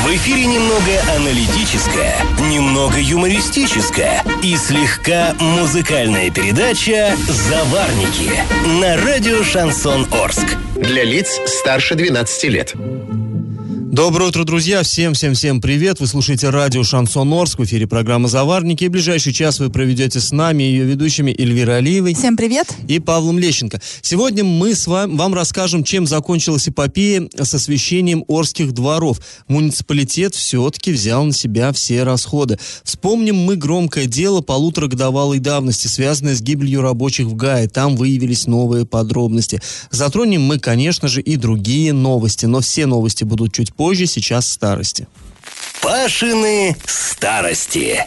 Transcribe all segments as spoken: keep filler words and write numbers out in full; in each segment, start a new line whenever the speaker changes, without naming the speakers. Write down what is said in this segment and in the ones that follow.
В эфире немного аналитическая, немного юмористическая и слегка музыкальная передача «Заварники» на радио «Шансон Орск».
Для лиц старше двенадцати лет.
Доброе утро, друзья! Всем-всем-всем привет! Вы слушаете радио «Шансон Орск», в эфире программа «Заварники». И в ближайший час вы проведете с нами, ее ведущими, Эльвирой Алиевой.
Всем привет!
И Павлом Лещенко. Сегодня мы с вами, вам расскажем, чем закончилась эпопея с освещением Орских дворов. Муниципалитет все-таки взял на себя все расходы. Вспомним мы громкое дело полуторагодовалой давности, связанное с гибелью рабочих в ГАИ. Там выявились новые подробности. Затронем мы, конечно же, и другие новости, но все новости будут чуть позже. Позже, сейчас старости.
Пашины старости.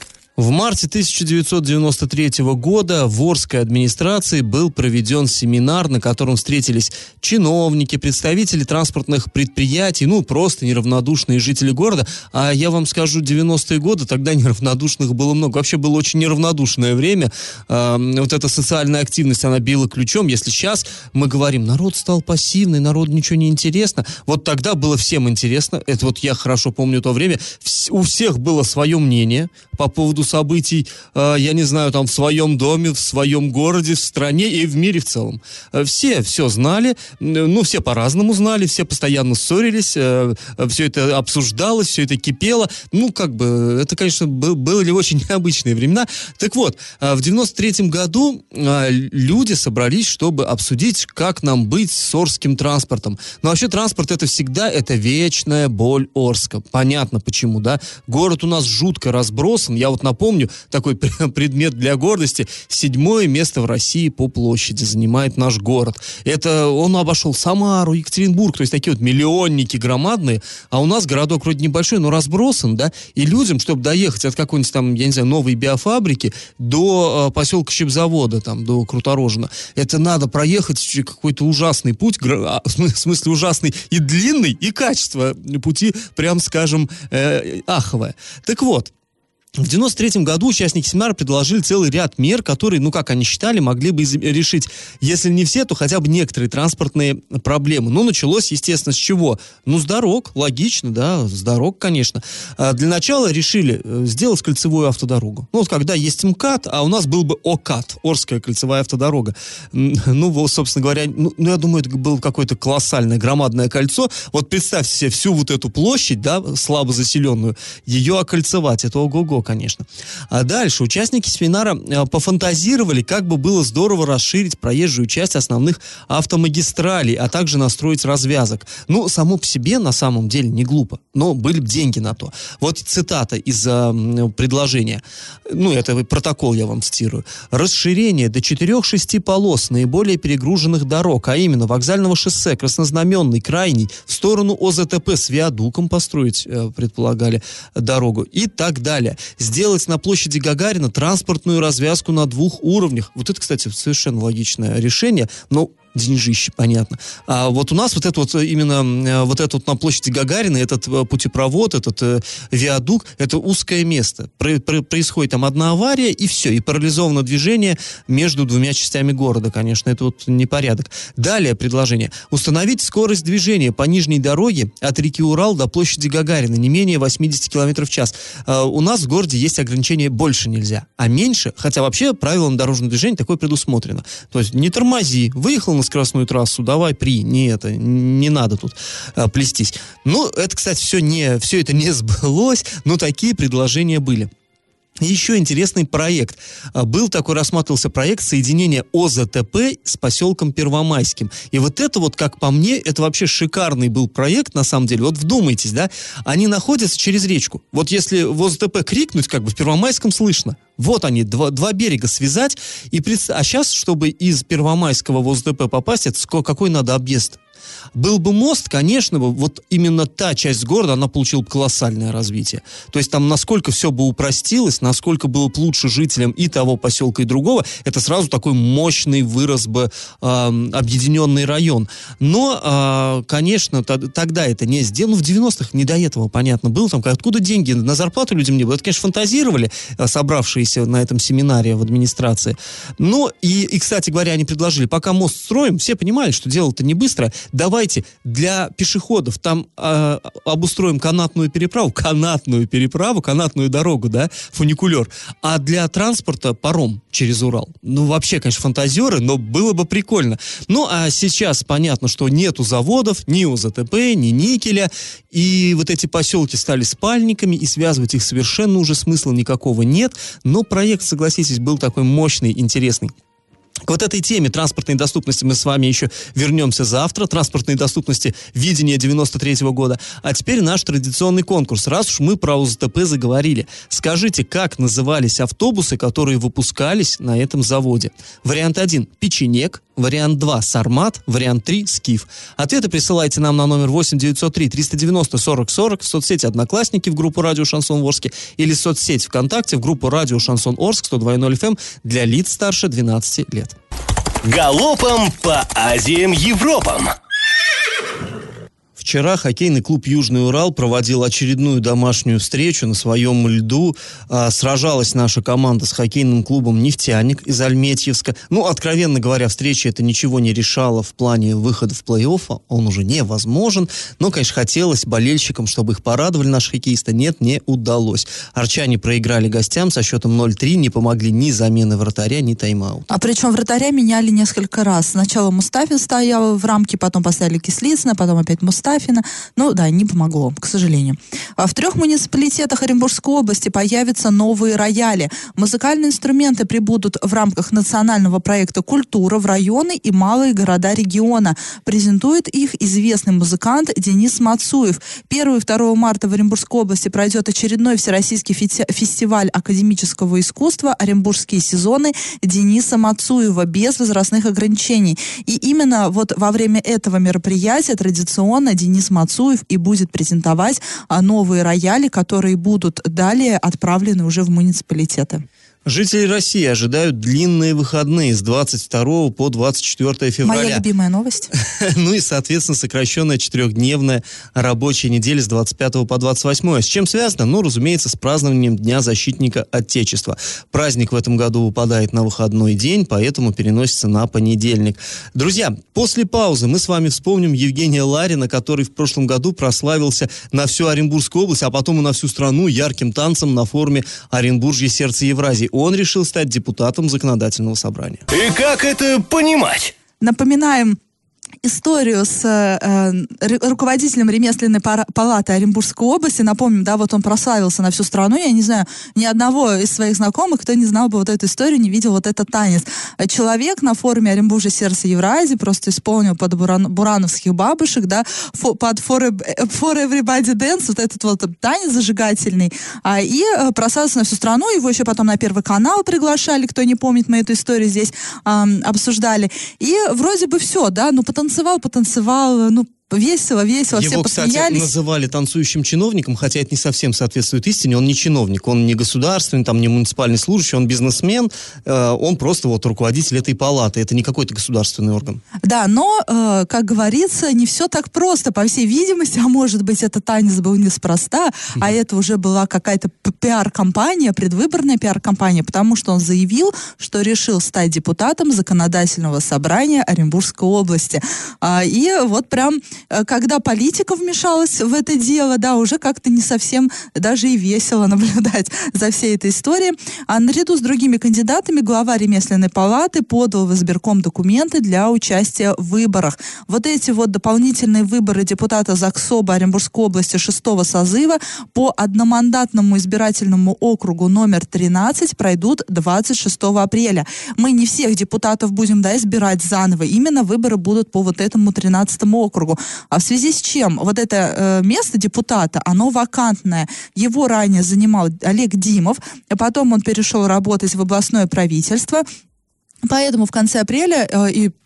В марте тысяча девятьсот девяносто третьего года в Орской администрации был проведен семинар, на котором встретились чиновники, представители транспортных предприятий, ну, просто неравнодушные жители города. А я вам скажу, девяностые годы, тогда неравнодушных было много. Вообще было очень неравнодушное время. А, вот эта социальная активность, она била ключом. Если сейчас мы говорим, народ стал пассивный, народу ничего не интересно, вот тогда было всем интересно. Это вот я хорошо помню то время. У всех было свое мнение по поводу событий, э, я не знаю, там в своем доме, в своем городе, в стране и в мире в целом. Э, все все знали, ну, все по-разному знали, все постоянно ссорились, э, все это обсуждалось, все это кипело. Ну, как бы, это, конечно, был, были очень необычные времена. Так вот, э, в девяносто третьем году э, люди собрались, чтобы обсудить, как нам быть с орским транспортом. Но вообще транспорт это всегда, это вечная боль Орска. Понятно почему, да? Город у нас жутко разбросан. Я вот напомню, такой предмет для гордости. Седьмое место в России по площади занимает наш город. Это он обошел Самару, Екатеринбург, то есть такие вот миллионники громадные, а у нас городок вроде небольшой, но разбросан, да, и людям, чтобы доехать от какой-нибудь там, я не знаю, новой биофабрики до э, поселка Щипзавода, там, до Круторожина, это надо проехать какой-то ужасный путь, гра- в смысле ужасный и длинный, и качество пути, прям скажем, э, аховое. Так вот, в девяносто третьем году участники семинара предложили целый ряд мер, которые, ну, как они считали, могли бы решить, если не все, то хотя бы некоторые транспортные проблемы. Ну, началось, естественно, с чего? Ну, с дорог, логично, да, с дорог, конечно. А для начала решили сделать кольцевую автодорогу. Ну, вот когда есть МКАД, а у нас был бы ОКАД, Орская кольцевая автодорога. Ну, вот, собственно говоря, ну, я думаю, это было какое-то колоссальное, громадное кольцо. Вот представьте себе всю вот эту площадь, да, слабо заселенную, ее окольцевать, это ого-го, конечно. А дальше участники семинара э, пофантазировали, как бы было здорово расширить проезжую часть основных автомагистралей, а также настроить развязок. Ну, само по себе, на самом деле, не глупо, но были бы деньги на то. Вот цитата из э, предложения. Ну, это протокол я вам цитирую. Расширение до четырех-шести полос наиболее перегруженных дорог, а именно вокзального шоссе, Краснознаменный, Крайний, в сторону ОЗТП с виадуком построить, э, предполагали, дорогу и так далее. Сделать на площади Гагарина транспортную развязку на двух уровнях. Вот это, кстати, совершенно логичное решение, но деньжище, понятно. А вот у нас вот это вот именно вот это вот на площади Гагарина, этот путепровод, этот э, виадук, это узкое место. Про, про, происходит там одна авария, и все, и парализовано движение между двумя частями города, конечно, это вот непорядок. Далее предложение. Установить скорость движения по нижней дороге от реки Урал до площади Гагарина не менее восемьдесят километров в час. А у нас в городе есть ограничение больше нельзя, а меньше, хотя вообще правилам дорожного движения такое предусмотрено. То есть не тормози, выехал на скоростную трассу, давай при, не это, не надо тут а, плестись. Ну, это, кстати, все, не, все это не сбылось, но такие предложения были. Еще интересный проект. Был такой, рассматривался проект соединения ОЗТП с поселком Первомайским. И вот это вот, как по мне, это вообще шикарный был проект, на самом деле. Вот вдумайтесь, да, они находятся через речку. Вот если в ОЗТП крикнуть, как бы в Первомайском слышно. Вот они, два, два берега связать. И пред... А сейчас, чтобы из Первомайского в ОЗТП попасть, это какой надо объезд? Был бы мост, конечно, вот именно та часть города, она получила бы колоссальное развитие. То есть там насколько все бы упростилось, насколько было бы лучше жителям и того поселка, и другого, это сразу такой мощный вырос бы э, объединенный район. Но, э, конечно, т- тогда это не сделано. Ну, в девяностых не до этого, понятно, было там, откуда деньги на зарплату людям не было. Это, конечно, фантазировали собравшиеся собравшиеся на этом семинаре в администрации. Ну, и, и, кстати говоря, они предложили, пока мост строим, все понимали, что дело-то не быстро, давайте для пешеходов там э, обустроим канатную переправу, канатную переправу, канатную дорогу, да, фуникулер, а для транспорта паром через Урал. Ну, вообще, конечно, фантазеры, но было бы прикольно. Ну, а сейчас понятно, что нету заводов, ни ОЗТП, ни никеля, и вот эти поселки стали спальниками, и связывать их совершенно уже смысла никакого нет, но проект, согласитесь, был такой мощный, интересный. К вот этой теме транспортной доступности мы с вами еще вернемся завтра. Транспортной доступности видения девяносто третьего года. А теперь наш традиционный конкурс. Раз уж мы про ОЗТП заговорили, скажите, как назывались автобусы, которые выпускались на этом заводе? Вариант один – печенек. Вариант два – Сармат. Вариант три – Скиф. Ответы присылайте нам на номер восемь девятьсот три триста девяносто сорок сорок в соцсети «Одноклассники» в группу «Радио Шансон Орске» или в соцсеть ВКонтакте в группу «Радио Шансон Орск» сто два и ноль эф эм для лиц старше двенадцати лет.
Галопом по Азиям Европам.
Вчера хоккейный клуб «Южный Урал» проводил очередную домашнюю встречу на своем льду. А, сражалась наша команда с хоккейным клубом «Нефтяник» из Альметьевска. Ну, откровенно говоря, встреча это ничего не решала в плане выхода в плей-офф. Он уже невозможен. Но, конечно, хотелось болельщикам, чтобы их порадовали наши хоккеисты. Нет, не удалось. Арчане проиграли гостям со счетом ноль три. Не помогли ни замены вратаря, ни тайм-аут.
А причем вратаря меняли несколько раз. Сначала Мустафин стоял в рамке, потом поставили Кислицына, потом опять Мустафин. Ну да, не помогло, к сожалению. В трех муниципалитетах Оренбургской области появятся новые рояли. Музыкальные инструменты прибудут в рамках национального проекта «Культура» в районы и малые города региона. Презентует их известный музыкант Денис Мацуев. первого и второго марта в Оренбургской области пройдет очередной всероссийский фести- фестиваль академического искусства «Оренбургские сезоны» Дениса Мацуева без возрастных ограничений. И именно вот во время этого мероприятия традиционно Денис Мацуев и будет презентовать а, новые рояли, которые будут далее отправлены уже в муниципалитеты.
Жители России ожидают длинные выходные с двадцать второго по двадцать четвёртое февраля.
Моя любимая новость.
Ну и, соответственно, сокращенная четырехдневная рабочая неделя с двадцать пятого по двадцать восьмое. С чем связано? Ну, разумеется, с празднованием Дня защитника Отечества. Праздник в этом году выпадает на выходной день, поэтому переносится на понедельник. Друзья, после паузы мы с вами вспомним Евгения Ларина, который в прошлом году прославился на всю Оренбургскую область, а потом и на всю страну ярким танцем на форуме «Оренбуржье сердце Евразии». Он решил стать депутатом законодательного собрания.
И как это понимать?
Напоминаем историю с э, руководителем ремесленной палаты Оренбургской области. Напомним, да, вот он прославился на всю страну. Я не знаю ни одного из своих знакомых, кто не знал бы вот эту историю, не видел вот этот танец. Человек на форуме «Оренбуржье сердце Евразии» просто исполнил под буран, бурановских бабушек, да, фо, под for, for Everybody Dance, вот этот вот танец зажигательный, а, и э, прославился на всю страну. Его еще потом на Первый канал приглашали, кто не помнит, мы эту историю здесь э, обсуждали. И вроде бы все, да, ну потенциально Потанцевал, потанцевал, ну, весело, весело,
Его,
все посмеялись.
Кстати, называли танцующим чиновником, хотя это не совсем соответствует истине. Он не чиновник, он не государственный, там, не муниципальный служащий, он бизнесмен, э, он просто вот руководитель этой палаты. Это не какой-то государственный орган. Да,
но, э, как говорится, не все так просто, по всей видимости, а может быть, этот танец был неспроста, mm-hmm. а это уже была какая-то пиар-компания, предвыборная пиар-компания, потому что он заявил, что решил стать депутатом законодательного собрания Оренбургской области. А, и вот прям когда политика вмешалась в это дело, да, уже как-то не совсем даже и весело наблюдать за всей этой историей. А наряду с другими кандидатами глава ремесленной палаты подал в избирком документы для участия в выборах. Вот эти вот дополнительные выборы депутата Заксоба Оренбургской области шестого созыва по одномандатному избирательному округу номер тринадцать пройдут двадцать шестого апреля. Мы не всех депутатов будем, да, избирать заново. Именно выборы будут по вот этому тринадцатому округу. А в связи с чем вот это э, место депутата, оно вакантное. Его ранее занимал Олег Димов, а потом он перешел работать в областное правительство. Поэтому в конце апреля э, и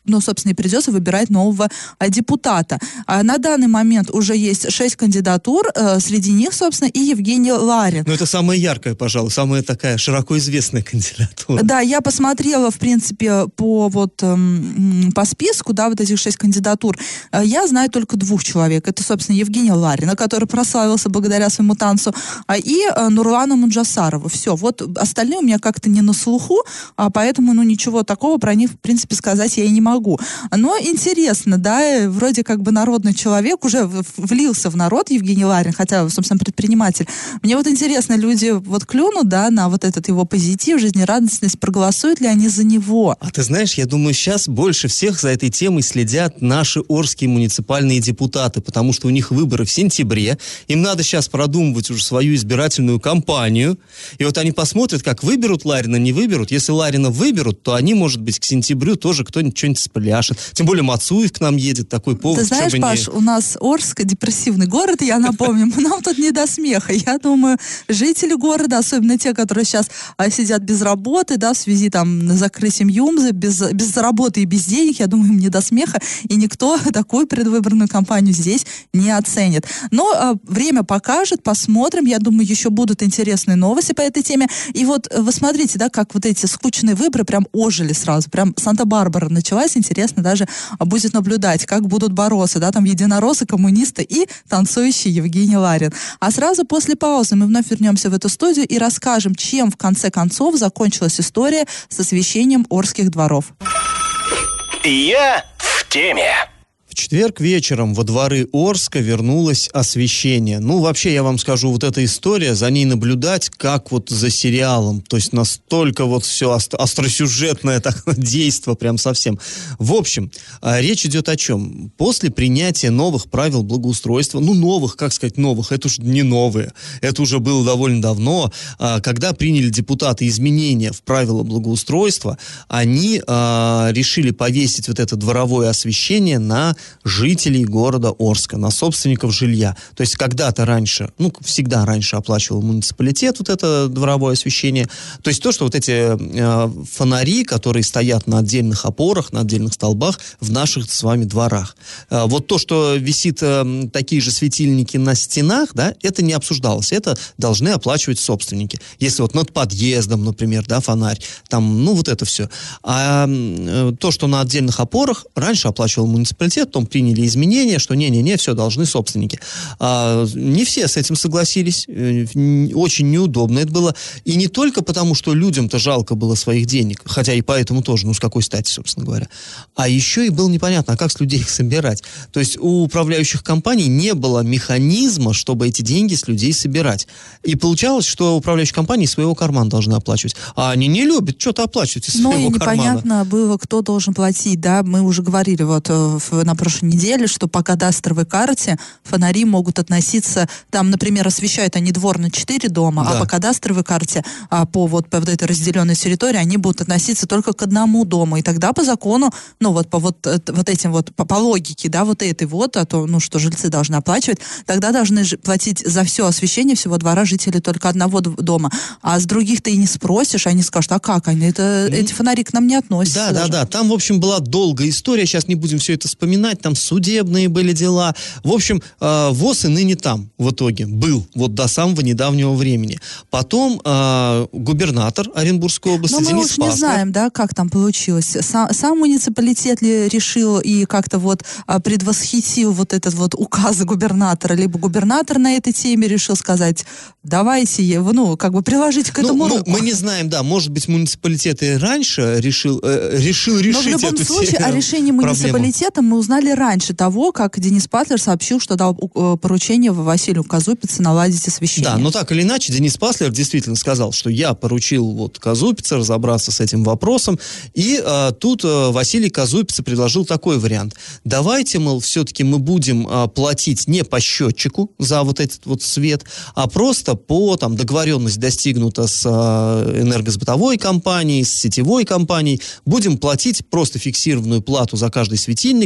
ну, собственно, и придется выбирать нового а, депутата. А на данный момент уже есть шесть кандидатур, а, среди них, собственно, и Евгений Ларин.
Ну, это самая яркая, пожалуй, самая такая широко известная кандидатура.
Да, я посмотрела, в принципе, по, вот, эм, по списку, да, вот этих шесть кандидатур. Я знаю только двух человек. Это, собственно, Евгения Ларина, который прославился благодаря своему танцу, и Нурлана Муджасарова. Все, вот остальные у меня как-то не на слуху, поэтому, ну, ничего такого про них, в принципе, сказать я и не могу. Но интересно, да, вроде как бы народный человек, уже влился в народ Евгений Ларин, хотя, собственно, предприниматель. Мне вот интересно, люди вот клюнут, да, на вот этот его позитив, жизнерадостность, проголосуют ли они за него?
А ты знаешь, я думаю, сейчас больше всех за этой темой следят наши орские муниципальные депутаты, потому что у них выборы в сентябре, им надо сейчас продумывать уже свою избирательную кампанию, и вот они посмотрят, как выберут Ларина, не выберут. Если Ларина выберут, то они, может быть, к сентябрю тоже кто-нибудь что-нибудь спляшет. Тем более Мацуев к нам едет, такой повод.
Ты знаешь, Паш,
не...
у нас Орск депрессивный город, я напомню, нам тут не до смеха. Я думаю, жители города, особенно те, которые сейчас а, сидят без работы, да, в связи там с закрытием ЮМЗа, без, без работы и без денег, я думаю, им не до смеха, и никто такую предвыборную кампанию здесь не оценит. Но а, время покажет, посмотрим, я думаю, еще будут интересные новости по этой теме. И вот вы смотрите, да, как вот эти скучные выборы прям ожили сразу, прям Санта-Барбара началась, интересно даже будет наблюдать, как будут бороться, да, там единороссы, коммунисты и танцующий Евгений Ларин. А сразу после паузы мы вновь вернемся в эту студию и расскажем, чем в конце концов закончилась история с освещением Орских дворов.
Я в теме.
В четверг вечером во дворы Орска вернулось освещение. Ну, вообще, я вам скажу, вот эта история, за ней наблюдать, как вот за сериалом. То есть настолько вот все ост- остросюжетное такое действо, прям совсем. В общем, речь идет о чем? После принятия новых правил благоустройства, ну, новых, как сказать, новых, это уже не новые, это уже было довольно давно, когда приняли депутаты изменения в правила благоустройства, они а, решили повесить вот это дворовое освещение на жителей города Орска, на собственников жилья. То есть когда-то раньше, ну, всегда раньше оплачивал муниципалитет вот это дворовое освещение. То есть то, что вот эти э, фонари, которые стоят на отдельных опорах, на отдельных столбах в наших с вами дворах. Э, вот то, что висит э, такие же светильники на стенах, да, это не обсуждалось. Это должны оплачивать собственники. Если вот над подъездом, например, да, фонарь, там, ну, вот это все. А э, то, что на отдельных опорах, раньше оплачивал муниципалитет, потом приняли изменения, что не-не-не, все, должны собственники. А, не все с этим согласились, очень неудобно это было. И не только потому, что людям-то жалко было своих денег, хотя и поэтому тоже, ну, с какой стати, собственно говоря. А еще и было непонятно, а как с людей их собирать. То есть у управляющих компаний не было механизма, чтобы эти деньги с людей собирать. И получалось, что управляющие компании из своего кармана должны оплачивать. А они не любят что-то оплачивать из своего кармана.
Ну и непонятно было, кто должен платить, да. Мы уже говорили вот в, на прошлой неделе, что по кадастровой карте фонари могут относиться, там, например, освещают они двор на четыре дома, да. А по кадастровой карте, а по вот по вот этой разделенной территории, они будут относиться только к одному дому. И тогда по закону, ну вот по вот, вот этим вот, по, по логике, да, вот этой вот, а то, ну, что жильцы должны оплачивать, тогда должны ж, платить за все освещение всего двора жители только одного дома. А с других ты и не спросишь, они скажут, а как они? Это, mm. Эти фонари к нам не относятся.
Да,
даже.
да, да. Там, в общем, была долгая история, сейчас не будем все это вспоминать, там судебные были дела. В общем, э, ВОС и ныне там в итоге был, вот до самого недавнего времени. Потом э, губернатор Оренбургской области
Но
Денис
мы уж
Паслер.
не знаем, да, как там получилось. Сам, сам муниципалитет ли решил и как-то вот а, предвосхитил вот этот вот указ губернатора, либо губернатор на этой теме решил сказать, давайте, ну, как бы приложить к этому
ну,
руку.
Мы, мы не знаем, да, может быть, муниципалитет и раньше решил, э, решил решить эту
Но в любом случае о решении
проблему.
Муниципалитета мы узнали раньше того, как Денис Паслер сообщил, что дал э, поручение Василию Казупице наладить освещение.
Да, но так или иначе, Денис Паслер действительно сказал, что я поручил вот Казупице разобраться с этим вопросом, и э, тут э, Василий Казупице предложил такой вариант. Давайте, мол, все-таки мы будем э, платить не по счетчику за вот этот вот свет, а просто по, там, договоренность достигнута с э, энергосбытовой компанией, с сетевой компанией, будем платить просто фиксированную плату за каждый светильник, в зависимости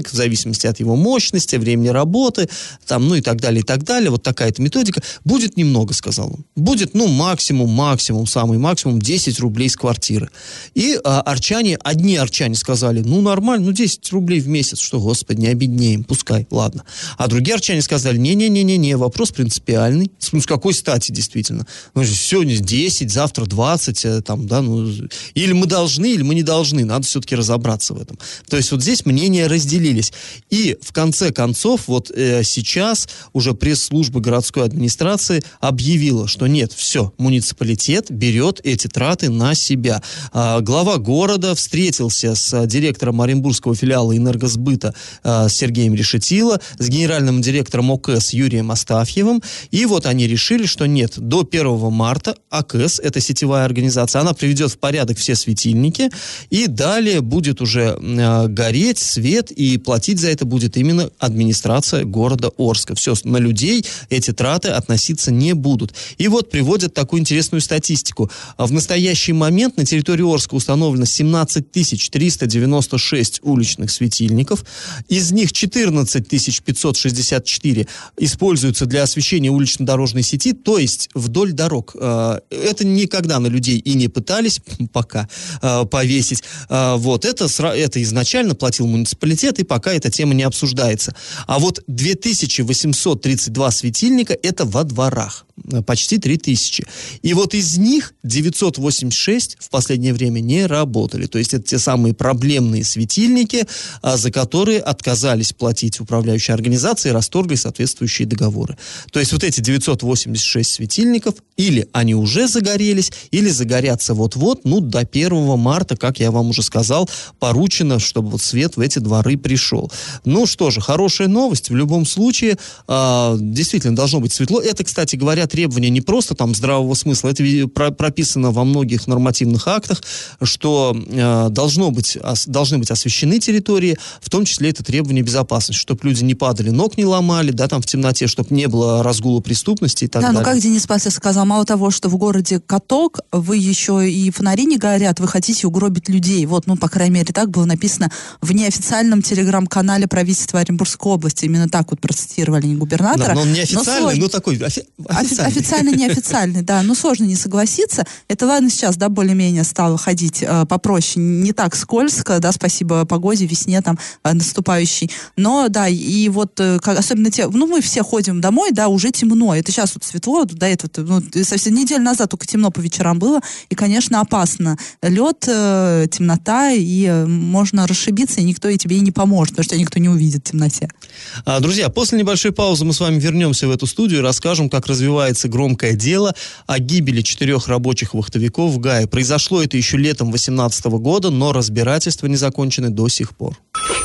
зависимости от его мощности, времени работы, там, ну и так далее, и так далее. Вот такая-то методика. Будет немного, сказал он. Будет, ну, максимум, максимум, самый максимум десять рублей с квартиры. И а, арчане, одни арчане сказали, ну, нормально, ну, десять рублей в месяц, что, господи, не обеднеем, пускай, ладно. А другие арчане сказали, не-не-не-не, вопрос принципиальный. Ну, с какой стати, действительно? Ну, сегодня десять, завтра двадцать, там, да, ну, или мы должны, или мы не должны, надо все-таки разобраться в этом. То есть вот здесь мнения разделились. И в конце концов, вот э, сейчас уже пресс-служба городской администрации объявила, что нет, все, муниципалитет берет эти траты на себя. А, глава города встретился с директором Оренбургского филиала энергосбыта а, Сергеем Решетило, с генеральным директором ОКЭС Юрием Астафьевым, и вот они решили, что нет, до первого марта ОКЭС, это сетевая организация, она приведет в порядок все светильники, и далее будет уже э, гореть свет, и платить за это будет именно администрация города Орска. Все, на людей эти траты относиться не будут. И вот приводят такую интересную статистику. В настоящий момент на территории Орска установлено семнадцать тысяч триста девяносто шесть уличных светильников, из них четырнадцать тысяч пятьсот шестьдесят четыре используются для освещения улично-дорожной сети, то есть вдоль дорог. Это никогда на людей и не пытались пока повесить. Вот, это, это изначально платил муниципалитет, и пока эта тема не обсуждается. А вот две тысячи восемьсот тридцать два светильника это во дворах. Почти три тысячи. И вот из них девятьсот восемьдесят шесть в последнее время не работали. То есть это те самые проблемные светильники, за которые отказались платить управляющие организации и расторгли соответствующие договоры. То есть вот эти девятьсот восемьдесят шесть светильников или они уже загорелись, или загорятся вот-вот, ну, до первого марта, как я вам уже сказал, поручено, чтобы вот свет в эти дворы пришел. Ну что же, хорошая новость. В любом случае, э, действительно, должно быть светло. Это, кстати говоря, требования не просто там здравого смысла, это про- прописано во многих нормативных актах, что э, должно быть, ос- должны быть освещены территории, в том числе это требование безопасности, чтобы люди не падали, ног не ломали, да, там в темноте, чтобы не было разгула преступности и так
да,
далее.
ну как Денис Пасев сказал, мало того, что в городе каток, вы еще и фонари не горят, вы хотите угробить людей. Вот, ну, по крайней мере, так было написано в неофициальном телеграм-канале правительства Оренбургской области. Именно так вот процитировали не губернатора.
Да, но он не официальный, но, но такой офи- официальный.
Официально, неофициальный, да. Ну, сложно не согласиться. Это ладно сейчас, да, более-менее стало ходить э, попроще, не так скользко, да, спасибо погоде, весне там э, наступающей. Но, да, и вот э, как, особенно те, ну, мы все ходим домой, да, уже темно. Это сейчас вот светло, до этого, ну, совсем неделю назад только темно по вечерам было, и, конечно, опасно. Лед, э, темнота, и э, можно расшибиться, и никто и тебе и не поможет, потому что тебя никто не увидит в темноте.
А, друзья, после небольшой паузы мы с вами вернемся в эту студию и расскажем, как развивается громкое дело о гибели четырех рабочих вахтовиков в Гае. Произошло это еще летом две тысячи восемнадцатого года, но разбирательства не закончены до сих пор.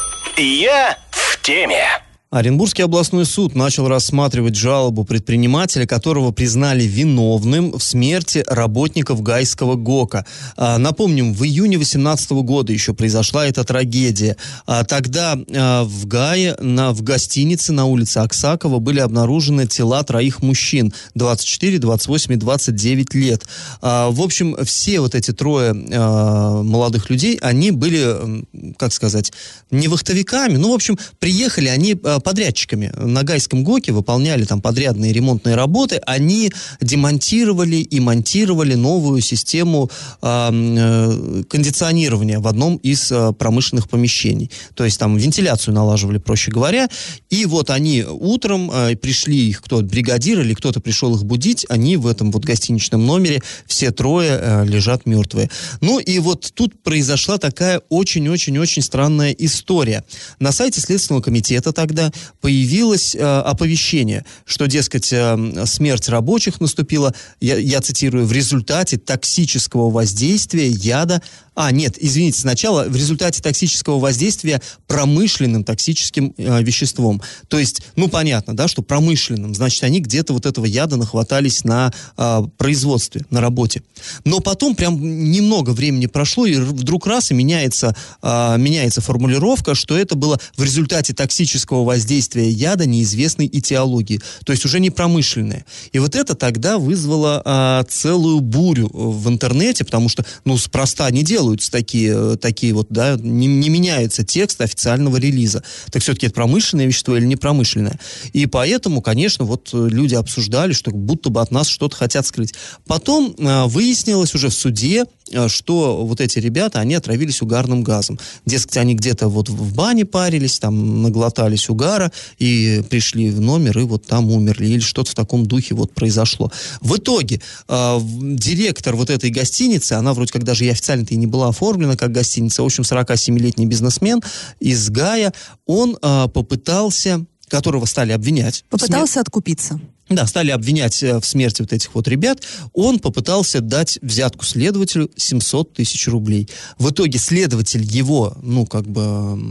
Я в теме.
Оренбургский областной суд начал рассматривать жалобу предпринимателя, которого признали виновным в смерти работников гайского ГОКа. А, напомним, в июне две тысячи восемнадцатого года еще произошла эта трагедия. А, тогда а, в Гае, на, в гостинице на улице Аксакова были обнаружены тела троих мужчин двадцать четыре, двадцать восемь и двадцать девять лет. А, в общем, все вот эти трое а, молодых людей, они были, как сказать, не вахтовиками, ну, в общем, приехали они подрядчиками на гайском ГОКе, выполняли там подрядные ремонтные работы, они демонтировали и монтировали новую систему э, кондиционирования в одном из э, промышленных помещений. То есть там вентиляцию налаживали, проще говоря, и вот они утром э, пришли, их кто-то, бригадир или кто-то пришел их будить, они в этом вот гостиничном номере, все трое э, лежат мертвые. Ну и вот тут произошла такая очень-очень-очень странная история. На сайте Следственного комитета тогда появилось э, оповещение, что, дескать, э, смерть рабочих наступила, я, я цитирую, в результате токсического воздействия яда. А, нет, извините, сначала в результате токсического воздействия промышленным токсическим э, веществом. То есть, ну, понятно, да, что промышленным, значит, они где-то вот этого яда нахватались на э, производстве, на работе. Но потом прям немного времени прошло, и вдруг раз и меняется, э, меняется формулировка, что это было в результате токсического воздействия воздействия яда неизвестной этиологии, то есть уже не промышленное. И вот это тогда вызвало а, целую бурю в интернете, потому что, ну, спроста не делаются такие, такие вот, да, не, не меняется текст официального релиза. Так все-таки это промышленное вещество или не промышленное? И поэтому, конечно, вот люди обсуждали, что будто бы от нас что-то хотят скрыть. Потом а, выяснилось уже в суде, что вот эти ребята, они отравились угарным газом. Дескать, они где-то вот в бане парились, там наглотались угара и пришли в номер, и вот там умерли. Или что-то в таком духе вот произошло. В итоге э, директор вот этой гостиницы, она вроде как даже и официально-то и не была оформлена как гостиница, в общем, сорокасемилетний бизнесмен из Гая, он э, попытался, которого стали обвинять.
Попытался откупиться.
Да, стали обвинять в смерти вот этих вот ребят. Он попытался дать взятку следователю семьсот тысяч рублей. В итоге следователь его, ну, как бы,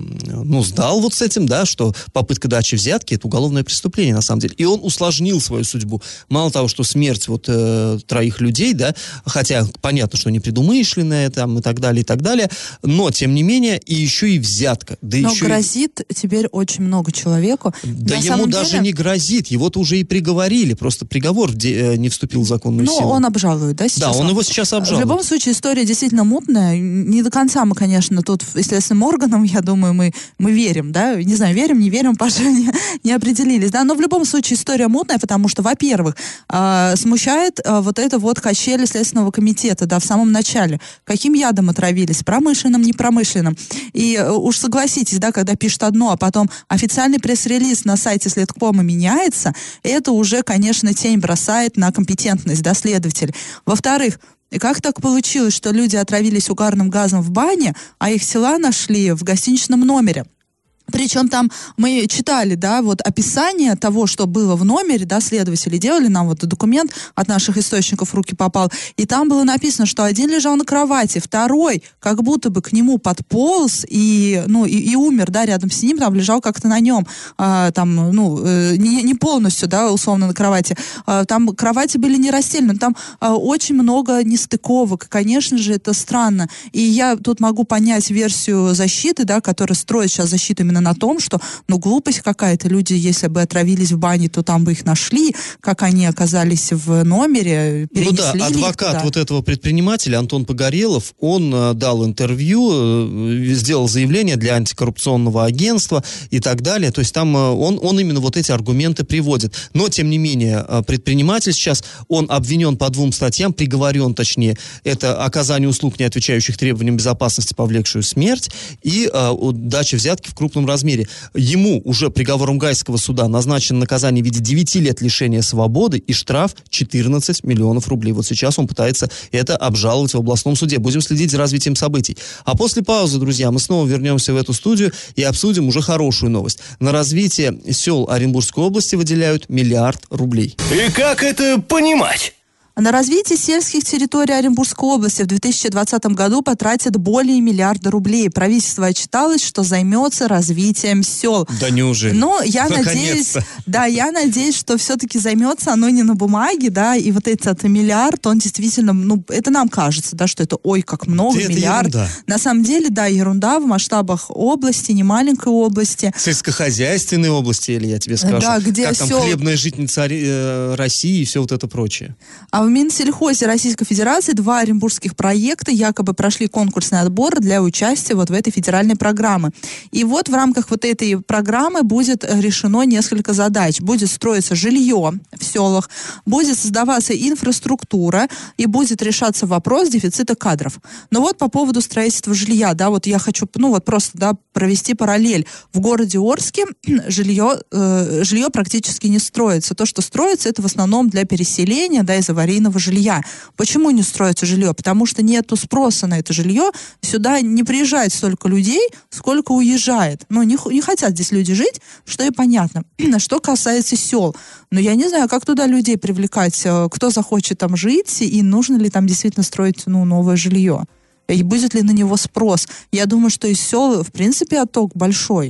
ну, сдал вот с этим, да, что попытка дачи взятки — это уголовное преступление, на самом деле. И он усложнил свою судьбу. Мало того, что смерть вот э, троих людей, да, хотя понятно, что непредумышленная там и так далее, и так далее, но, тем не менее, и еще и взятка. Да
но
еще
грозит и... теперь очень много человеку.
Да
на
ему даже деле... не грозит. Его-то уже и приговорили. Просто приговор не вступил в законную
ну,
силу.
Он обжалует, да, сейчас?
Да, он его сейчас обжалует.
В любом случае, история действительно мутная. Не до конца мы, конечно, тут следственным органам, я думаю, мы, мы верим, да, не знаю, верим, не верим, Паша, не, не определились, да, но в любом случае история мутная, потому что, во-первых, э, смущает э, вот это вот качели Следственного комитета, да, в самом начале. Каким ядом отравились? Промышленным, непромышленным? И э, уж согласитесь, да, когда пишут одно, а потом официальный пресс-релиз на сайте Следкома меняется, это уже, конечно, тень бросает на компетентность, да, следователя. Во-вторых, как так получилось, что люди отравились угарным газом в бане, а их тела нашли в гостиничном номере? Причем там мы читали, да, вот описание того, что было в номере, да, следователи делали нам вот документ от наших источников в руки попал, и там было написано, что один лежал на кровати, второй как будто бы к нему подполз и, ну, и, и умер, да, рядом с ним, там лежал как-то на нем, а, там, ну, э, не, не полностью, да, условно на кровати, а, там кровати были не расстелены, там а, очень много нестыковок, конечно же, это странно, и я тут могу понять версию защиты, да, которая строит сейчас защиту именно на том, что, ну, глупость какая-то. Люди, если бы отравились в бане, то там бы их нашли, как они оказались в номере, перенесли.
Ну да, адвокат вот этого предпринимателя, Антон Погорелов, он э, дал интервью, э, сделал заявление для антикоррупционного агентства и так далее. То есть там э, он, он именно вот эти аргументы приводит. Но, тем не менее, э, предприниматель сейчас, он обвинен по двум статьям, приговорен, точнее, это оказание услуг, не отвечающих требованиям безопасности, повлекшую смерть, и э, дача взятки в крупном размере. Ему уже приговором Гайского суда назначено наказание в виде девяти лет лишения свободы и штраф четырнадцать миллионов рублей. Вот сейчас он пытается это обжаловать в областном суде. Будем следить за развитием событий. А после паузы, друзья, мы снова вернемся в эту студию и обсудим уже хорошую новость. На развитие сел Оренбургской области выделяют миллиард рублей.
И как это понимать?
На развитие сельских территорий Оренбургской области в две тысячи двадцатом году потратят более миллиарда рублей. Правительство отчиталось, что займется развитием сел.
Да неужели?
Но я надеюсь, да, я надеюсь, что все-таки займется оно не на бумаге, да, и вот этот миллиард, он действительно, ну, это нам кажется, да, что это, ой, как много,
это
миллиард.
Ерунда.
На самом деле, да, ерунда в масштабах области, не маленькой области.
Сельскохозяйственной области, или я тебе скажу.
Да, где
как там
сел...
хлебная житница э, России и все вот это прочее.
А в Минсельхозе Российской Федерации два оренбургских проекта якобы прошли конкурсный отбор для участия вот в этой федеральной программе. И вот в рамках вот этой программы будет решено несколько задач. Будет строиться жилье в селах, будет создаваться инфраструктура и будет решаться вопрос дефицита кадров. Но вот по поводу строительства жилья, да, вот я хочу, ну вот просто, да, провести параллель. В городе Орске жилье, э, жилье практически не строится. То, что строится, это в основном для переселения, да, из аварийного жилья. Почему не строится жилье? Потому что нету спроса на это жилье. Сюда не приезжает столько людей, сколько уезжает. Ну, не, не хотят здесь люди жить, что и понятно. Что касается сел. Но я не знаю, как туда людей привлекать, кто захочет там жить, и нужно ли там действительно строить, ну, новое жилье. И будет ли на него спрос? Я думаю, что из сел, в принципе, отток большой.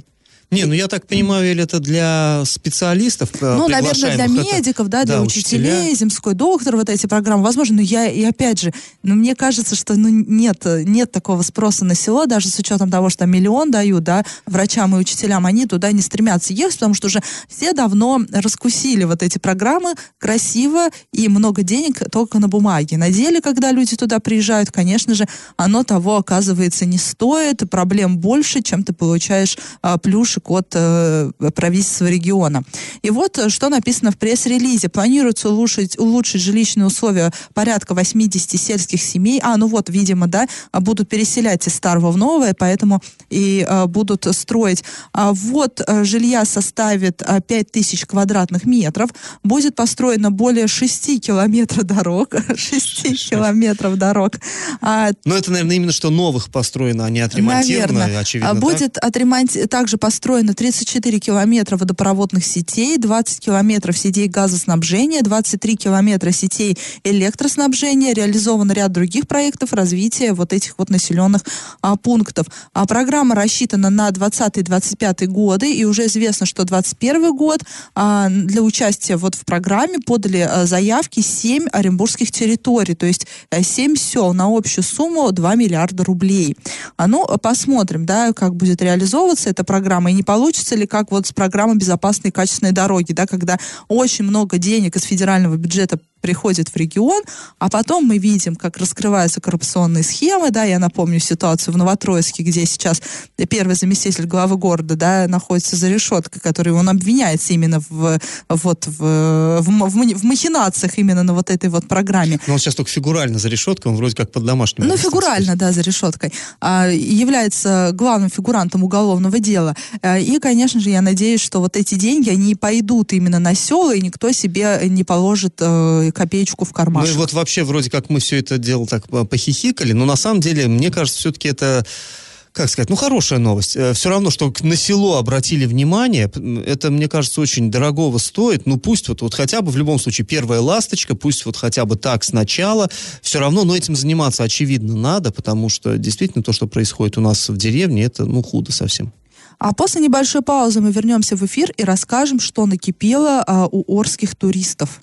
Не, ну я так понимаю, или это для специалистов,
ну, наверное, для медиков, да, для да, учителей, учителя. Земской доктор, вот эти программы, возможно, но я, и опять же, ну, мне кажется, что ну, нет, нет такого спроса на село, даже с учетом того, что миллион дают, да, врачам и учителям, они туда не стремятся ехать, потому что уже все давно раскусили вот эти программы красиво и много денег только на бумаге. На деле, когда люди туда приезжают, конечно же, оно того, оказывается, не стоит, проблем больше, чем ты получаешь а, плюшек от а, правительства региона. И вот, что написано в пресс-релизе. Планируется улучшить, улучшить жилищные условия порядка восьмидесяти сельских семей. А, ну вот, видимо, да, будут переселять из старого в новое, поэтому и а, будут строить. А, вот а, жилья составит а, пять тысяч квадратных метров. Будет построено более шести километров дорог. шести километров дорог. А,
Но это, наверное, именно что новых построено, а не отремонтировано, наверное. Очевидно.
Будет так? Отремонти... также построено тридцать четыре километра водопроводных сетей, двадцать километров сетей газоснабжения, двадцать три километра сетей электроснабжения. Реализован ряд других проектов развития вот этих вот населенных а, пунктов. А программа рассчитана на двадцатый-двадцать пятый годы, и уже известно, что двадцать первый год а, для участия вот в программе подали а, заявки семь оренбургских территорий, то есть а, семь сел на общую сумму два миллиарда рублей. А, ну, посмотрим, да, как будет реализовываться эта программа, и не получится ли как вот с программой безопасной и качественной дороги, да, когда очень много денег из федерального бюджета приходит в регион, а потом мы видим, как раскрываются коррупционные схемы, да, я напомню ситуацию в Новотроицке, где сейчас первый заместитель главы города, да, находится за решеткой, который он обвиняется именно в, вот, в, в, в, в махинациях именно на вот этой вот программе.
Но он сейчас только фигурально за решеткой, он вроде как под домашним.
Ну, фигурально, да, за решеткой. А, является главным фигурантом уголовного дела. А, и, конечно же, я надеюсь, что вот эти деньги, они пойдут именно на села, и никто себе не положит э, копеечку в кармашек.
Ну и вот вообще вроде как мы все это дело так похихикали, но на самом деле, мне кажется, все-таки это, как сказать, ну хорошая новость. Все равно, что на село обратили внимание, это, мне кажется, очень дорогого стоит. Ну пусть вот, вот хотя бы в любом случае первая ласточка, пусть вот хотя бы так сначала. Все равно, но этим заниматься очевидно надо, потому что действительно то, что происходит у нас в деревне, это ну худо совсем.
А после небольшой паузы мы вернемся в эфир и расскажем, что накипело а, у орских туристов.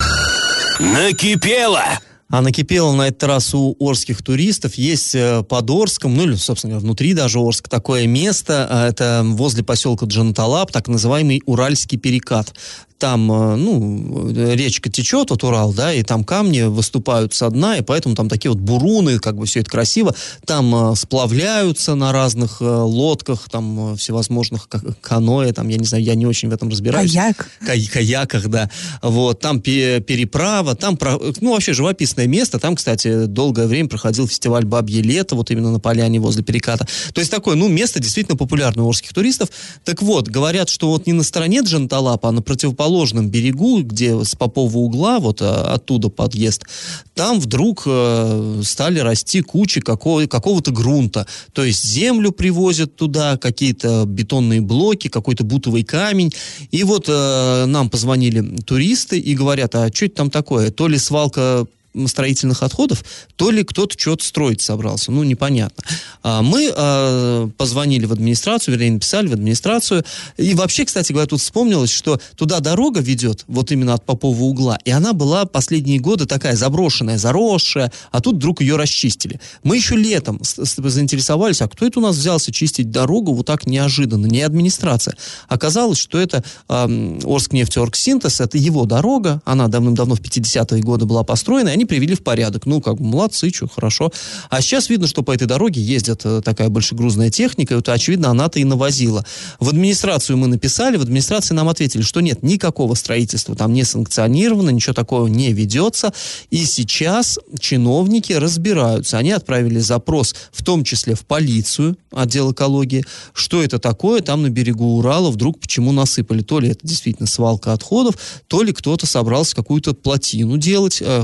Накипело!
А накипело на этот раз у орских туристов. Есть под Орском, ну или, собственно говоря, внутри даже Орска, такое место, это возле поселка Джанаталап, так называемый Уральский перекат. Там, ну, речка течет, вот Урал, да, и там камни выступают со дна, и поэтому там такие вот буруны, как бы все это красиво. Там э, сплавляются на разных э, лодках, там э, всевозможных как, каноэ, там, я не знаю, я не очень в этом разбираюсь.
Каяк.
Кай- каяках, да. Вот, там пе- переправа, там, про, ну, вообще живописное место. Там, кстати, долгое время проходил фестиваль «Бабье лето», вот именно на поляне возле переката. То есть такое, ну, место действительно популярное у орских туристов. Так вот, говорят, что вот не на стороне Джанаталапа, а на противоположном ложном берегу, где с Попова угла, вот а, оттуда подъезд, там вдруг э, стали расти кучи какого, какого-то грунта. То есть землю привозят туда, какие-то бетонные блоки, какой-то бутовый камень. И вот э, нам позвонили туристы и говорят, а что это там такое? То ли свалка строительных отходов, то ли кто-то что-то строить собрался. Ну, непонятно. А мы а, позвонили в администрацию, вернее, написали в администрацию. И вообще, кстати говоря, тут вспомнилось, что туда дорога ведет, вот именно от Попова угла, и она была последние годы такая заброшенная, заросшая, а тут вдруг ее расчистили. Мы еще летом заинтересовались, а кто это у нас взялся чистить дорогу вот так неожиданно? Не администрация. Оказалось, что это а, Орскнефтеоргсинтез, это его дорога, она давным-давно в пятидесятые годы была построена, и они привели в порядок. Ну, как бы, молодцы, что, хорошо. А сейчас видно, что по этой дороге ездит э, такая большегрузная техника, и вот, очевидно, она-то и навозила. В администрацию мы написали, в администрации нам ответили, что нет, никакого строительства там не санкционировано, ничего такого не ведется, и сейчас чиновники разбираются. Они отправили запрос, в том числе в полицию, отдел экологии, что это такое, там на берегу Урала вдруг почему насыпали. То ли это действительно свалка отходов, то ли кто-то собрался какую-то плотину делать, э, не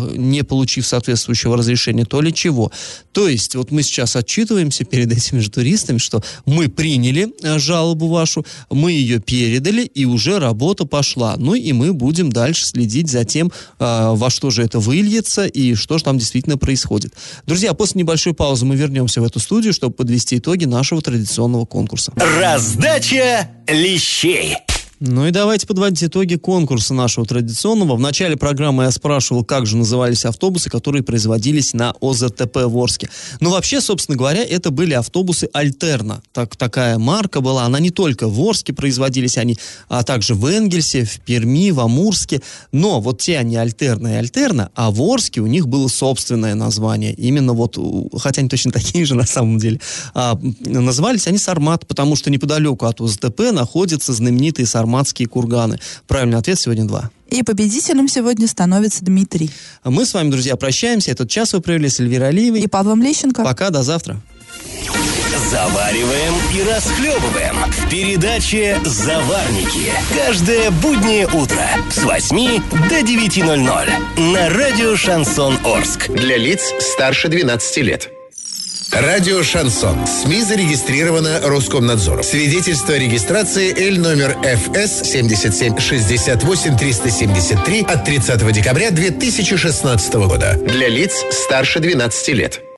получив соответствующего разрешения, то ли чего. То есть, вот мы сейчас отчитываемся перед этими же туристами, что мы приняли жалобу вашу, мы ее передали, и уже работа пошла. Ну и мы будем дальше следить за тем, во что же это выльется и что же там действительно происходит. Друзья, после небольшой паузы мы вернемся в эту студию, чтобы подвести итоги нашего традиционного конкурса.
Раздача лещей.
Ну и давайте подводить итоги конкурса нашего традиционного. В начале программы я спрашивал, как же назывались автобусы, которые производились на ОЗТП в Орске. Ну, вообще, собственно говоря, это были автобусы «Альтерна». Так, такая марка была. Она не только в Орске производились, они, а также в Энгельсе, в Перми, в Амурске. Но вот те они «Альтерна» и «Альтерна», а в Орске у них было собственное название. Именно вот, хотя они точно такие же на самом деле. А, назывались они «Сармат», потому что неподалеку от ОЗТП находятся знаменитые сарматские курганы. Правильный ответ сегодня два.
И победителем сегодня становится Дмитрий.
Мы с вами, друзья, прощаемся. Этот час вы провели с Эльвирой Алиевой
и Павлом Лещенко.
Пока, до завтра.
Завариваем и расхлебываем в передаче «Заварники». Каждое буднее утро с восьми до девяти ноль-ноль на радио «Шансон Орск».
Для лиц старше двенадцати лет. Радио «Шансон». СМИ зарегистрировано Роскомнадзором. Свидетельство о регистрации Л номер Ф С семь семь шесть восемь три семь три от тридцатого декабря две тысячи шестнадцатого года. Для лиц старше двенадцати лет.